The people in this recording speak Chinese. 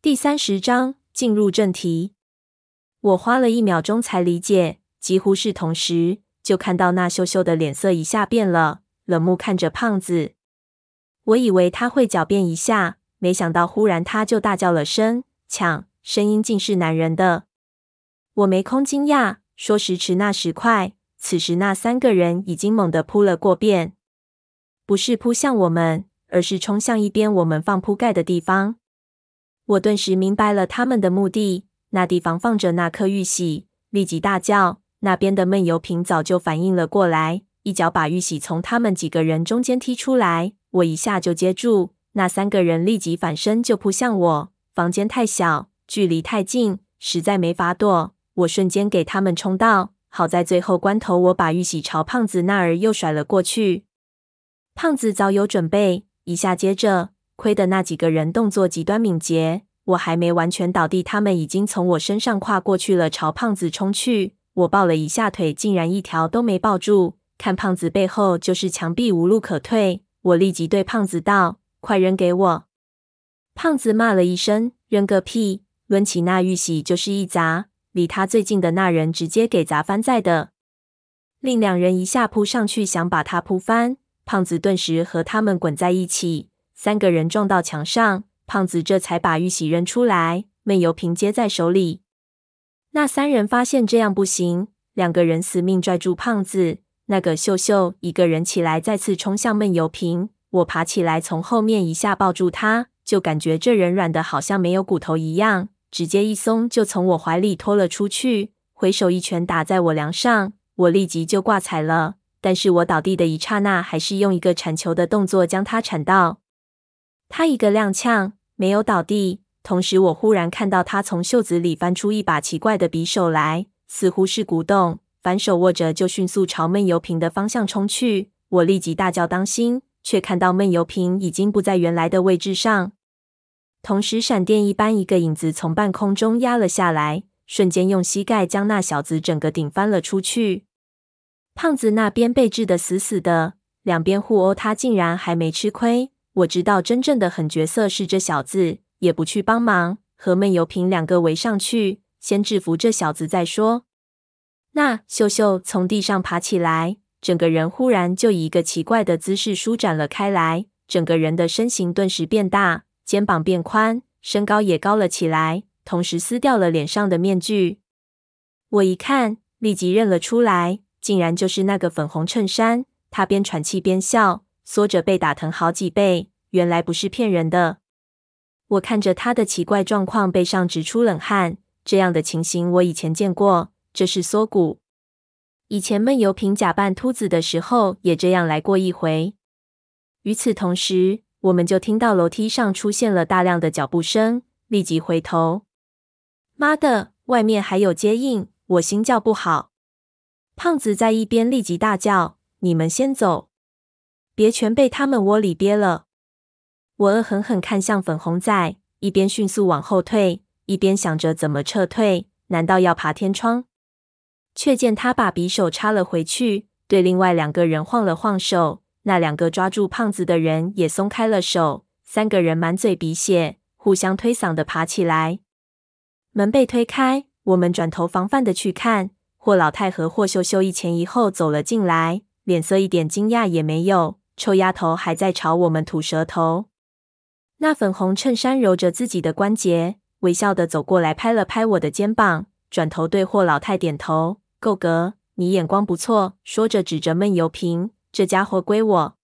第30章进入正题。我花了1秒钟才理解，几乎是同时，就看到那秀秀的脸色一下变了，冷漠看着胖子。我以为他会狡辩一下，没想到忽然他就大叫了声“抢”，声音竟是男人的。我没空惊讶，说时迟那时快，此时那3个人已经猛地扑了过遍，不是扑向我们，而是冲向一边我们放铺盖的地方。我顿时明白了他们的目的，那地方放着那颗玉玺，立即大叫。那边的闷油瓶早就反应了过来，一脚把玉玺从他们几个人中间踢出来，我一下就接住。那3个人立即反身就扑向我，房间太小，距离太近，实在没法躲。我瞬间给他们冲到，好在最后关头我把玉玺朝胖子那儿又甩了过去。胖子早有准备，一下接着，亏得那几个人动作极端敏捷，我还没完全倒地，他们已经从我身上跨过去了，朝胖子冲去。我抱了一下腿，竟然一条都没抱住，看胖子背后就是墙壁，无路可退。我立即对胖子道：“快扔给我！”胖子骂了一声：“扔个屁！”抡起那玉玺就是一砸，离他最近的那人直接给砸翻在的。另2人一下扑上去想把他扑翻，胖子顿时和他们滚在一起，3个人撞到墙上，胖子这才把玉玺扔出来，闷油瓶接在手里。那3人发现这样不行，2个人死命拽住胖子，那个秀秀一个人起来再次冲向闷油瓶。我爬起来从后面一下抱住他，就感觉这人软的好像没有骨头一样，直接一松就从我怀里拖了出去，回手一拳打在我梁上，我立即就挂彩了。但是我倒地的一刹那，还是用一个铲球的动作将他铲到。他一个踉跄，没有倒地。同时我忽然看到他从袖子里翻出一把奇怪的匕首来，似乎是古董，反手握着就迅速朝闷油瓶的方向冲去。我立即大叫当心，却看到闷油瓶已经不在原来的位置上。同时闪电一般，一个影子从半空中压了下来，瞬间用膝盖将那小子整个顶翻了出去。胖子那边被治得死死的，2边互殴，他竟然还没吃亏。我知道真正的狠角色是这小子，也不去帮忙，和闷油瓶2个围上去，先制服这小子再说。那秀秀从地上爬起来，整个人忽然就以一个奇怪的姿势舒展了开来，整个人的身形顿时变大，肩膀变宽，身高也高了起来，同时撕掉了脸上的面具。我一看，立即认了出来，竟然就是那个粉红衬衫。他边喘气边笑，缩着背打疼好几倍，原来不是骗人的。我看着他的奇怪状况，背上直出冷汗。这样的情形我以前见过，这是缩骨。以前闷油瓶假扮秃子的时候也这样来过一回。与此同时，我们就听到楼梯上出现了大量的脚步声，立即回头。妈的，外面还有接应，我心叫不好。胖子在一边立即大叫：“你们先走，别全被他们窝里憋了。”我恶狠狠看向粉红仔，一边迅速往后退，一边想着怎么撤退，难道要爬天窗？却见他把匕首插了回去，对另外2个人晃了晃手，那2个抓住胖子的人也松开了手，3个人满嘴鼻血，互相推搡的爬起来。门被推开，我们转头防范的去看，霍老太和霍秀秀一前一后走了进来，脸色一点惊讶也没有，臭丫头还在朝我们吐舌头。那粉红衬衫揉着自己的关节，微笑的走过来拍了拍我的肩膀，转头对霍老太点头：“够格，你眼光不错。”说着指着闷油瓶：“这家伙归我。”